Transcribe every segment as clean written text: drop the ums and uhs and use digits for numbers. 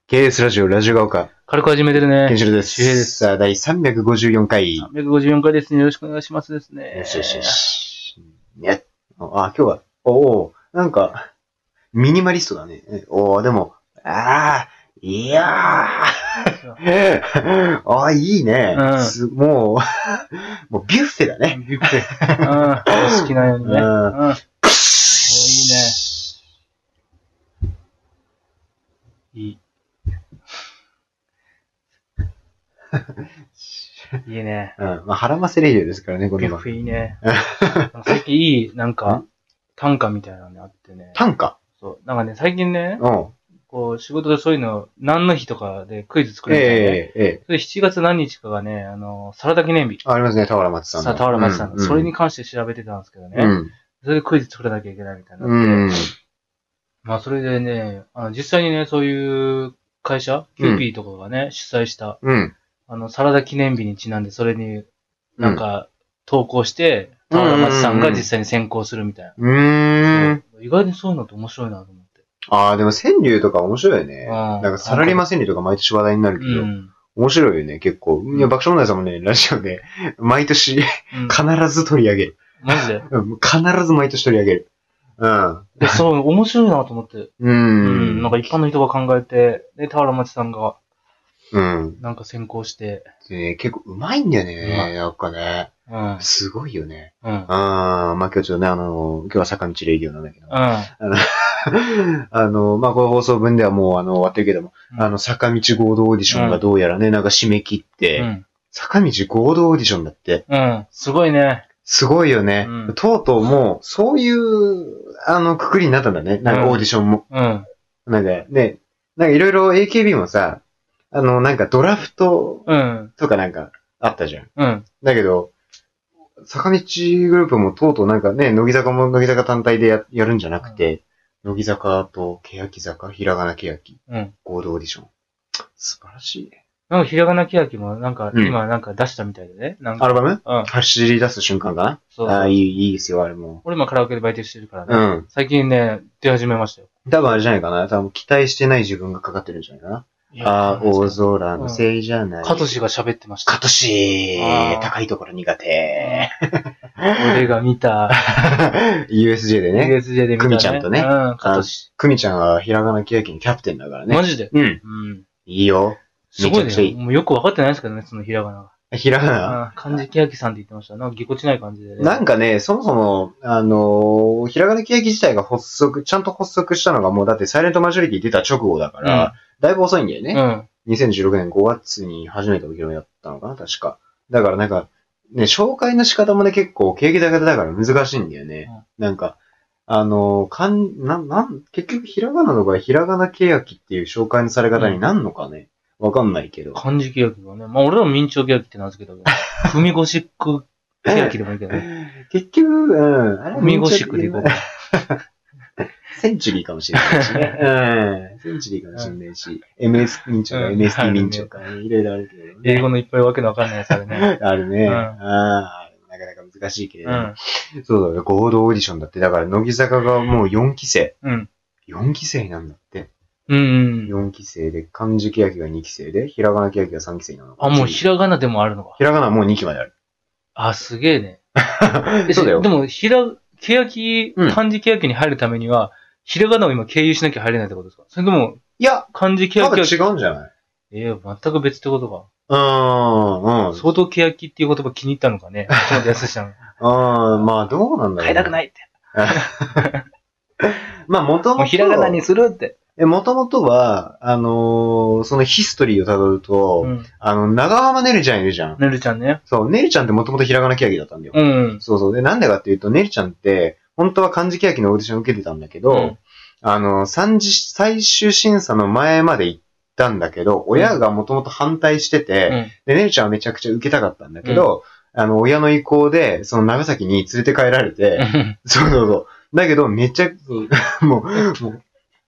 KS ラジオ、ラジオが丘。 軽く始めてるね。 ケンシロウです。 周平です。 さあ、第354回。 354回ですね。よろしくお願いしますですね。 よしよしよし。ね。今日は、なんか、ミニマリストだね。でも、いやー。いいね。もうビュッフェだね。 ビュッフェ。好きなようにね。いいね。いいね。 腹ませレイディオですからね、このビュッフェいいね。最近いい、短歌みたいなのあってね。 短歌？ そう。最近ね、こう、仕事でそういうの、何の日とかでクイズ作るんですよね。それ7月何日かがね、サラダ記念日。 ありますね、田原町さんの。 田原町さんの。それに関して調べてたんですけどね。それでクイズ作らなきゃいけないみたいになって。それでね、実際にね、そういう会社、キューピーとかがね、主催した、サラダ記念日にちなんで、それに投稿して、田原町さんが実際に先行するみたいな。意外にそういうのって面白いなと思って。 でも川柳とか面白いよね。サラリーマン川柳とか毎年話題になるけど、面白いよね、結構。いや、爆笑問題さんもね、ラジオで、毎年、必ず取り上げる。 マジで必ず毎年取り上げる。 そう、面白いなと思って。一般の人が考えて、で、田原町さんが、先行して。 結構うまいんだよね、やっぱね。すごいよね。今日ちょっとね、今日は坂道レイディオなんだけど。この放送分ではもう終わってるけども、坂道合同オーディションがどうやらね、締め切って、坂道合同オーディションだって。 すごいね。 すごいよね。とうとうもう、そういう、くくりになったんだね。オーディションも。いろいろ AKB もさ、ドラフトとかあったじゃん。だけど、坂道グループもとうとう乃木坂も乃木坂単体でやるんじゃなくて、乃木坂と欅坂、ひらがな欅、合同オーディション。素晴らしいね。 ひらがな欅も今出したみたいでね。 アルバム？走り出す瞬間かな？そう。いいですよ、あれも。 俺今カラオケでバイトしてるからね。最近ね、出始めましたよ。 多分あれじゃないかな。多分期待してない自分がかかってるんじゃないかな。大空のせいじゃない。 カトシが喋ってました。 カトシ高いところ苦手。 俺が見た。 USJ でね。 USJ で見た。 クミちゃんとね。 カトシ。 クミちゃんはひらがな欅のキャプテンだからね。 マジで？ いいよ。 すごいね。もうよくわかってないですけどね、そのひらがなが。 ひらがな漢字欅さんって言ってました。ぎこちない感じでね。 そもそも、ひらがな欅自体がちゃんと発足したのがもうだってサイレントマジョリティ出た直後だから、だいぶ遅いんだよね。2016年5月に初めてお披露目だったのかな、確か。だから紹介の仕方もね、結構、欅坂だから難しいんだよね。結局、ひらがなの場合、ひらがな欅っていう紹介のされ方になんのかね。わかんないけど。 漢字欅がね。俺らも明朝欅ってなんですけど、踏みゴシック欅でもいいけどね。 結局、 踏みゴシックでいこうか。 センチュリーかもしれないしね。センチュリーかもしれないし、MS 明朝か MST 明朝か、いろいろあるけどね。 英語のいっぱいわけのわかんないやつあるね。 あるね。なかなか難しいけれども。そうだね、合同オーディションだって。だから、乃木坂がもう4期生。4期生なんだって。4期生で、漢字欅が2期生で、ひらがな欅が3期生なのか。 もうひらがなでもあるのか。 ひらがなはもう2期まである。 すげえね。 そうだよ。 でも、欅、漢字欅に入るためには、ひらがなを今経由しなきゃ入れないってことですか？それとも、 いや、 漢字欅は。 多分違うんじゃない？ 全く別ってことか。 相当欅っていう言葉気に入ったのかね。橋本康さん。 どうなんだろう。 変えたくないって。 もともと。 ひらがなにするって。 もともとは、そのヒストリーを辿ると、長浜ねるちゃんいるじゃん。 ねるちゃんね。 そう、ねるちゃんってもともとひらがな欅だったんだよ。そうそう。で、なんでかっていうと、ねるちゃんって、本当は漢字欅のオーディションを受けてたんだけど、最終審査の前まで行ったんだけど、親がもともと反対してて、で、ねるちゃんはめちゃくちゃ受けたかったんだけど、親の意向で、その長崎に連れて帰られて、そう。だけど、めちゃ、もう、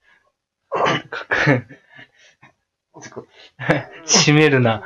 閉めるな。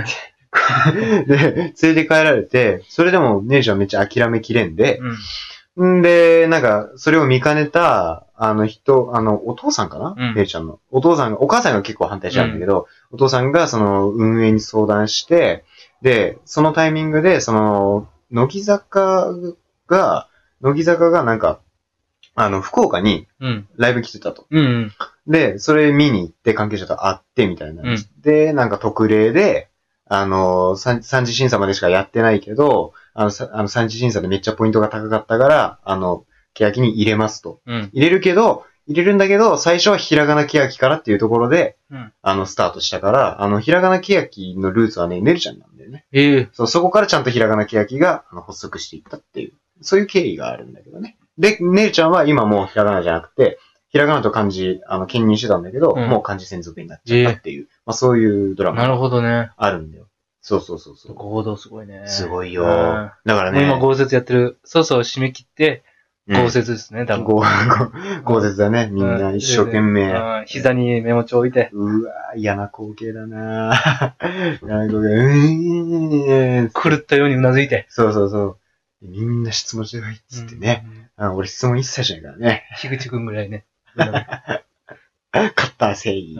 で、連れて帰られて、それでも姉ちゃんめっちゃ諦めきれんで、 んで、なんか、それを見かねた、お父さんかなうんねるちゃんの。お父さんが、お母さんが結構反対したんだけど、お父さんがその運営に相談して、で、そのタイミングで、乃木坂がなんか、福岡にライブ来てたと。 うん。 で、それ見に行って関係者と会ってみたいな。で、なんか特例で、三次審査までしかやってないけど、三次審査でめっちゃポイントが高かったから、欅に入れますと。入れるんだけど、最初はひらがな欅からっていうところで、スタートしたから、ひらがな欅のルーツはね、ねるちゃんなんだよね。そこからちゃんとひらがな欅が発足していったっていう、そういう経緯があるんだけどね。で、ねるちゃんは今もうひらがなじゃなくて、ひらがなと漢字、兼任してたんだけど、もう漢字専属になっちゃったっていう、まあそういうドラマなるほどね。 あるんだよ。そう。 合同すごいね。 すごいよ。だからね。 今豪雪やってる。そう締め切って、豪雪ですね、多分。 豪雪だね。みんな一生懸命。 膝にメモ帳置いて。 うわ嫌な光景だな嫌な光景。 狂ったようにうなずいて。 そう。みんな質問してこいっつってね。俺質問一切しないからね。 樋口くんぐらいね。 カッター誠意。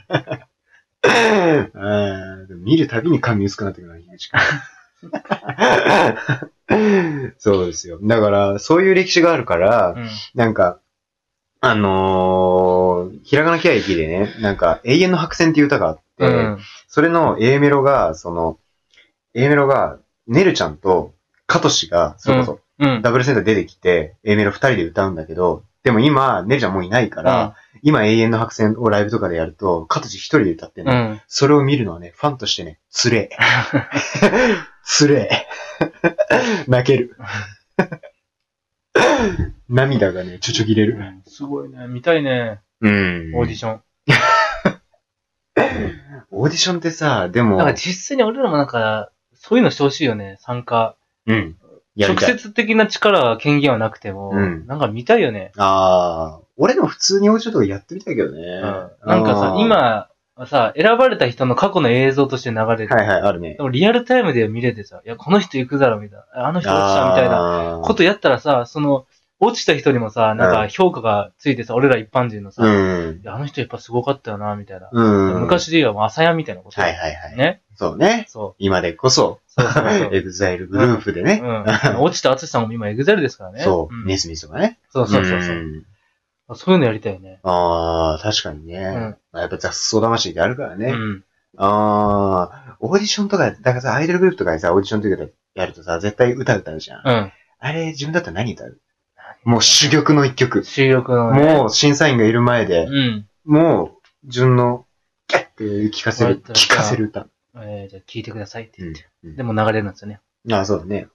見るたびに髪薄くなってくるな、樋口くん。そうですよ。だから、そういう歴史があるから、なんか、ひらがな欅でね、なんか、永遠の白線っていう歌があって、それの A メロが、ねるちゃんと、かとしが、それこそ、ダブルセンター出てきて、A メロ2人で歌うんだけど、でも今、ねるちゃんもういないから、今永遠の白線をライブとかでやると、かとし一人で歌ってね、それを見るのはね、ファンとしてね、つれえ。つれえ。泣ける。涙がね、ちょちょぎれる。 すごいね、見たいね。オーディション。 オーディションってさ、でも。 なんか実際に俺らもなんか、そういうのしてほしいよね、参加。直接的な力、権限はなくても、なんか見たいよね。 俺でも普通にオーディションとかやってみたいけどね。 なんかさ、今はさ、選ばれた人の過去の映像として流れる。 あるね。 でもリアルタイムで見れてさ、いや、この人行くだろ、みたいな。あの人落ちた、みたいなことやったらさ、落ちた人にもさ、なんか評価がついてさ、俺ら一般人のさ、いや、あの人やっぱすごかったよな、みたいな。昔で言えば朝やみたいなこと。ね。 そうね。今でこそ。エグザイルグループでね。 落ちた淳さんも今エグザイルですからね。 ネスミスとかね。 そう。そういうのやりたいね。 確かにね。やっぱ雑草魂ってあるからね。オーディションとか、だからさ、アイドルグループとかにさ、オーディションとかやるとさ、絶対歌うじゃん。あれ、自分だったら何歌う？もう珠玉の一曲。 珠玉のね。 もう審査員がいる前で、もう、順の、キャッて聞かせる歌。 じゃあ聞いてくださいって言って。でも流れるんですよね。 そうだね。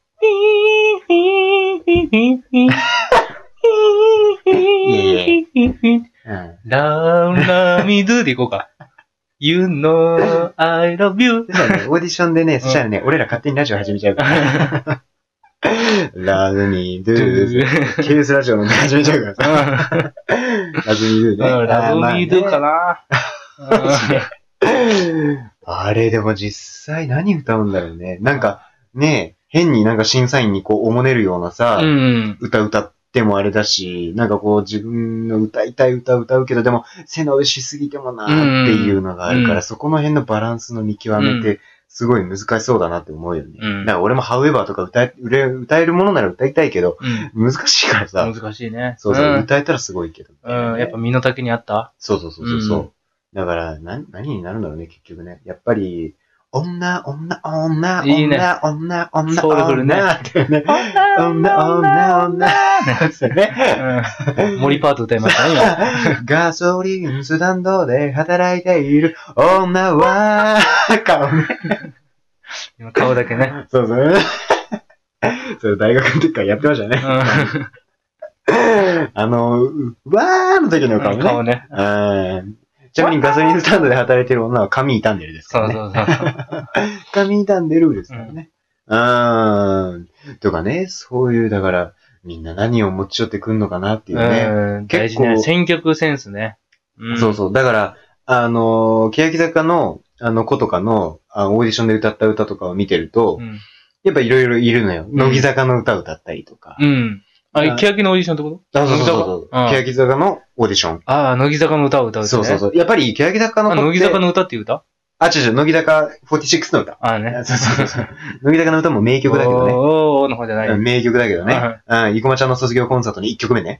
ラミドゥでいこうか。You know I love you. そうね、オーディションでね、そしたらね、俺ら勝手にラジオ始めちゃうから。ラズミドゥー。ケースラジオの始めちゃうからさ。ラズミドゥね。 ラズミドゥかな。 あれでも実際何歌うんだろうね。なんかね、変になんか審査員にこうおもねるようなさ、歌ってもあれだし、なんかこう自分の歌いたい歌歌うけど、でも背伸びしすぎてもなーっていうのがあるから、そこの辺のバランスの見極めて、すごい難しそうだなって思うよね。だから俺も However とか歌えるものなら歌いたいけど、難しいからさ。 難しいね。 そう、歌えたらすごいけど。 やっぱ身の丈にあった？ そう。だから、何になるんだろうね、結局ね。やっぱり、女ってね。 森パート歌いましたね、 今。ガソリンスタンドで働いている女は、顔ね。 今顔だけね。 そう。それ大学の時からやってましたね。わーの時の顔ね。 顔ね。 ちなみにガソリンスタンドで働いてる女は髪傷んでるですからね。 そう。 髪傷んでるですからね。とかね、そういう、だから、みんな何を持ち寄ってくんのかなっていうね。 結構。選曲センスね。 そう。だから、欅坂の、子とかの、オーディションで歌った歌とかを見てると、やっぱいろいろいるのよ。乃木坂の歌歌ったりとか。 欅のオーディションってこと？ そう。欅坂のオーディション。 乃木坂の歌を歌うってね。 そう。やっぱり、欅坂の乃木坂の歌っていう歌？ 違う、乃木坂46の歌。 ね。 そう。乃木坂の歌も名曲だけどね。 おーの方じゃない。 名曲だけどね。生駒ちゃんの卒業コンサートの1曲目ね。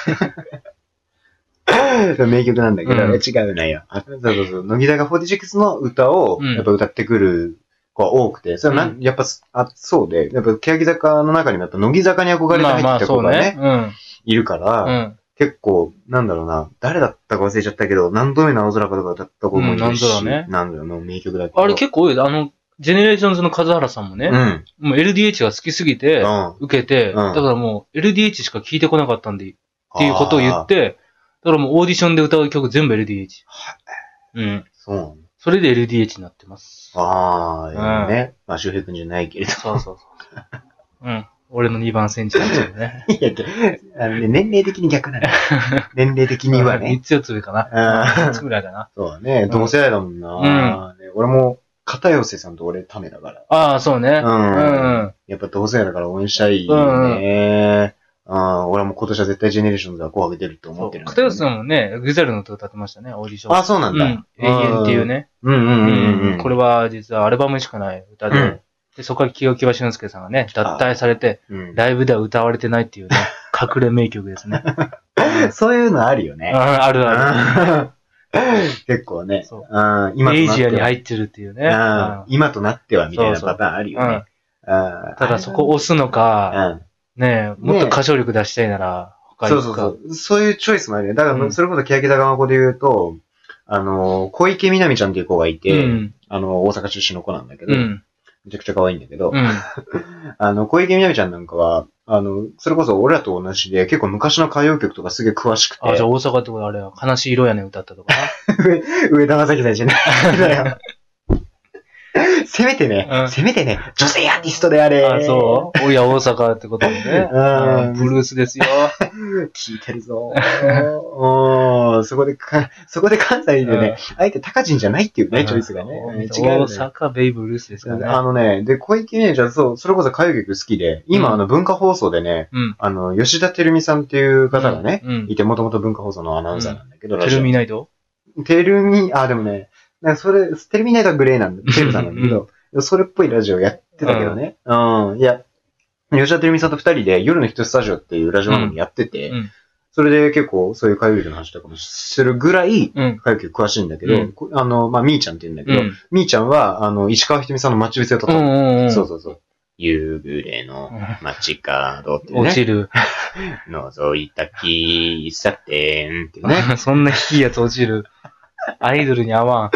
名曲なんだけど、違うなよ。そう。乃木坂46の歌を、やっぱ歌ってくる子は多くて、それはやっぱ、そうで、やっぱ欅坂の中にもやっぱ乃木坂に憧れて入ってきた子がね、いるから、結構、なんだろうな、誰だったか忘れちゃったけど、何度目の青空かとか歌った子もいるし、なんだろうな、名曲だけど。 あれ結構多いよ。ジェネレーションズの数原さんもね、もう LDH が好きすぎて、受けて、だからもう LDH しか聴いてこなかったんで、っていうことを言って、だからもうオーディションで歌う曲全部 LDH。 そうなの？ それで LDH になってます。 ね。まあ、周平君じゃないけれど。 そう。俺の2番センチなんですけどね。 年齢的に逆なんだ。年齢的にはね。 3つ4つ上かな。3つぐらいかな。 そうだね。同世代だもんな。俺も、片寄さんと俺ためだから。 そうね。 やっぱ同世代だから応援したいよね。俺はもう今年は絶対ジェネレーションズが紅白出ると思ってる。 片寄さんもね、グゼルの歌歌ってましたね、オーディション。 そうなんだ。 永遠っていうね。これは実はアルバムにしかない歌で、で、そこから清木場俊介さんがね、脱退されて、ライブでは歌われてないっていうね、隠れ名曲ですね。 そういうのあるよね。 ある。 結構ね。 エイジアに入ってるっていうね。 今となってはみたいなパターンあるよね。 ただそこ押すのか、ねもっと歌唱力出したいなら、他にそう。そういうチョイスもあるよ。だから、それこそ欅坂の子で言うと、小池みなみちゃんっていう子がいて、大阪出身の子なんだけど、めちゃくちゃ可愛いんだけど、小池みなみちゃんなんかは、それこそ俺らと同じで結構昔の歌謡曲とかすげえ詳しくて。 じゃあ大阪ってことあれは悲しい色やねん歌ったとか上田正樹さんじゃないよ。せめてね、女性アーティストであれ。 そういや、大阪ってことでね。ブルースですよ。 聞いてるぞ。そこで関西でね、相手高人じゃないっていうね、チョイスがね。 違う。大阪ベイブルースですからね。で、小池ね、じゃあそれこそ歌謡曲好きで、今文化放送でね、吉田照美さんっていう方がね、いて、もともと文化放送のアナウンサーなんだけど、 テルミナイトでもね、テレビナイトはグレーなんだ。テルさんなんだけど、それっぽいラジオやってたけどね。いや、吉田照美さんと二人で夜のヒットスタジオっていうラジオ番組やってて、それで結構そういう歌謡曲の話とかもするぐらい、歌謡曲詳しいんだけど、みーちゃんって言うんだけど、みーちゃんは、石川ひとみさんの街癖を歌ったの。そう。夕暮れの街角ってね。 落ちる。 覗いた喫茶店ってね。 そんな低いやつ落ちる。アイドルに合わん。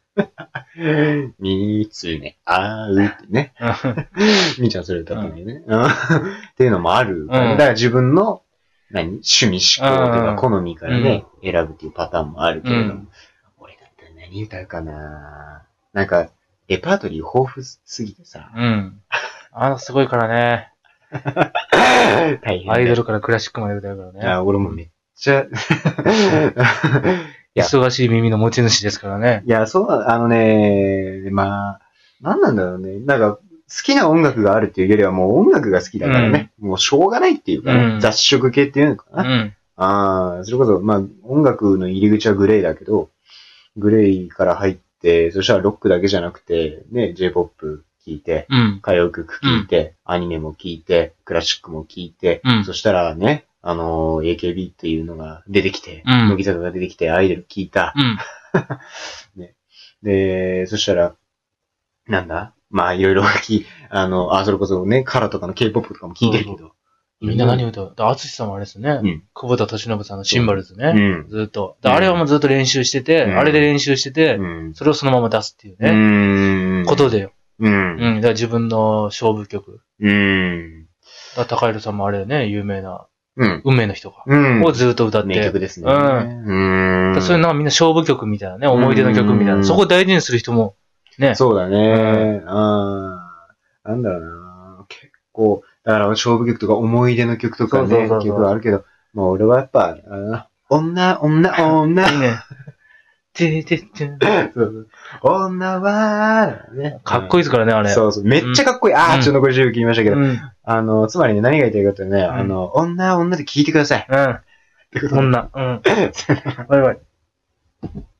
見つめ合うってね。みーちゃんそれ歌ったんだよね。っていうのもあるから、だから自分の趣味思考とか好みからね、選ぶっていうパターンもあるけれども、俺だったら何歌うかな。なんか、レパートリー豊富すぎてさ。 すごいからね。 大変。 アイドルからクラシックまで歌うからね。 俺もめっちゃ、 忙しい耳の持ち主ですからね。 いや、まあ、なんなんだろうね。なんか、好きな音楽があるっていうよりはもう音楽が好きだからね。もうしょうがないっていうかね。雑食系っていうのかな。それこそ、まあ、音楽の入り口はグレーだけど、グレーから入って、そしたらロックだけじゃなくて、ね、J-POP 聴いて、歌謡曲聴いて、アニメも聴いて、クラシックも聴いて、そしたらね、AKB っていうのが出てきて、乃木坂が出てきて、アイドル聞いた。ね、で、そしたら、なんだまあ、いろいろそれこそね、カラとかの K-POP とかも聞いてるけど。 みんな何歌う？アツシさんもあれですね。久保田敏信さんのシンバルズね。ずっと。あれはもうずっと練習してて、あれで練習してて、それをそのまま出すっていうね。ことでよ。だから自分の勝負曲。高弘さんもあれね、有名な。運命の人が。をずっと歌って。 名曲ですね。 そういうのはみんな勝負曲みたいなね、思い出の曲みたいな。そこを大事にする人も、ね。 そうだね。なんだろうな。結構、だから勝負曲とか思い出の曲とかね、曲あるけど、もう俺はやっぱ、女。いいね。 女は、ね。 かっこいいですからね、あれ。 そうそう。めっちゃかっこいい。ちょっと残り10秒切りましたけど。つまりね、何が言いたいかってね、女は女で聞いてください。 女。バイバイ。